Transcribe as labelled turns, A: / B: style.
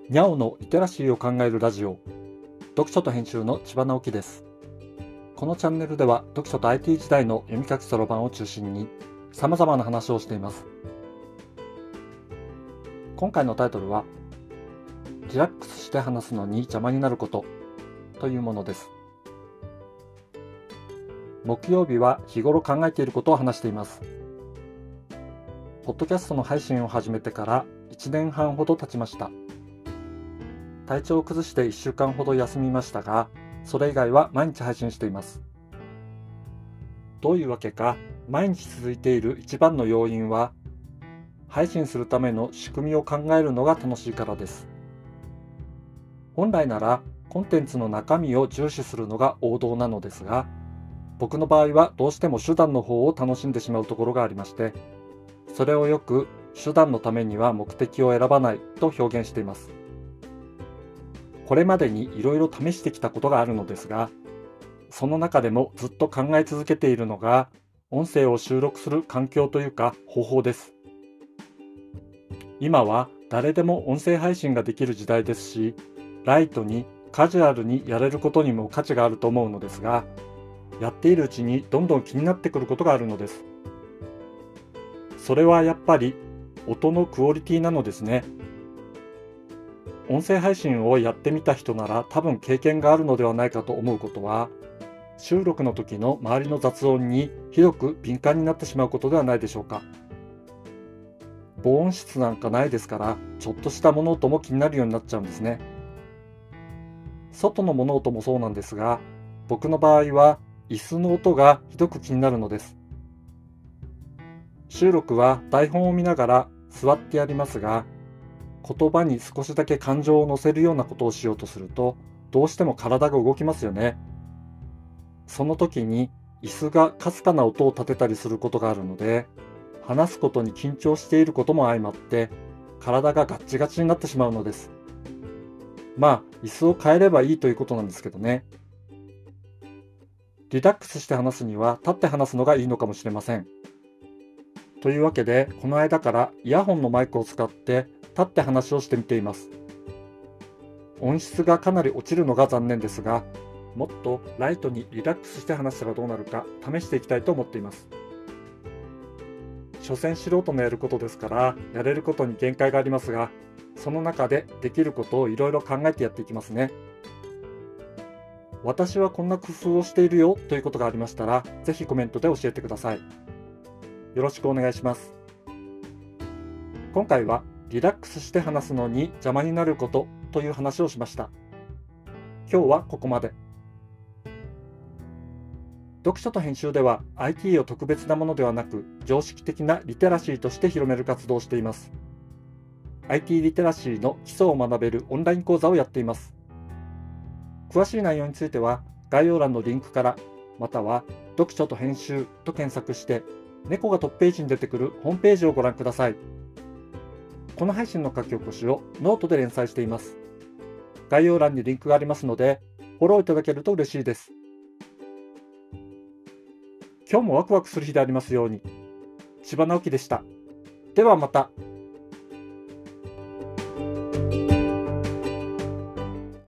A: にゃおのリテラシーを考えるラジオ、読書と編集の千葉直樹です。このチャンネルでは読書と IT 時代の読み書きそろばんを中心に様々な話をしています。今回のタイトルはリラックスして話すのに邪魔になることというものです。木曜日は日頃考えていることを話しています。ポッドキャストの配信を始めてから1年半ほど経ちました。体調を崩して1週間ほど休みましたが、それ以外は毎日配信しています。どういうわけか、毎日続いている一番の要因は、配信するための仕組みを考えるのが楽しいからです。本来なら、コンテンツの中身を重視するのが王道なのですが、僕の場合はどうしても手段の方を楽しんでしまうところがありまして、それをよく手段のためには目的を選ばないと表現しています。これまでにいろいろ試してきたことがあるのですが、その中でもずっと考え続けているのが、音声を収録する環境というか方法です。今は誰でも音声配信ができる時代ですし、ライトにカジュアルにやれることにも価値があると思うのですが、やっているうちにどんどん気になってくることがあるのです。それはやっぱり音のクオリティなのですね。音声配信をやってみた人なら多分経験があるのではないかと思うことは、収録の時の周りの雑音にひどく敏感になってしまうことではないでしょうか。防音室なんかないですから、ちょっとした物音も気になるようになっちゃうんですね。外の物音もそうなんですが、僕の場合は椅子の音がひどく気になるのです。収録は台本を見ながら座ってやりますが、言葉に少しだけ感情を乗せるようなことをしようとすると、どうしても体が動きますよね。その時に椅子がかすかな音を立てたりすることがあるので、話すことに緊張していることも相まって、体がガッチガチになってしまうのです。まあ、椅子を変えればいいということなんですけどね。リラックスして話すには立って話すのがいいのかもしれません。というわけで、この間からイヤホンのマイクを使って立って話をしてみています。音質がかなり落ちるのが残念ですが、もっとライトにリラックスして話したらどうなるか試していきたいと思っています。所詮素人のやることですから、やれることに限界がありますが、その中でできることをいろいろ考えてやっていきますね。私はこんな工夫をしているよということがありましたら、ぜひコメントで教えてください。よろしくお願いします。今回はリラックスして話すのに邪魔になることという話をしました。今日はここまで。読書と編集では IT を特別なものではなく常識的なリテラシーとして広める活動をしています。IT リテラシーの基礎を学べるオンライン講座をやっています。詳しい内容については概要欄のリンクから、または読書と編集と検索して猫がトップページに出てくるホームページをご覧ください。この配信の書き起こしをノートで連載しています。概要欄にリンクがありますのでフォローいただけると嬉しいです。今日もワクワクする日でありますように。千葉直樹でした。ではまた。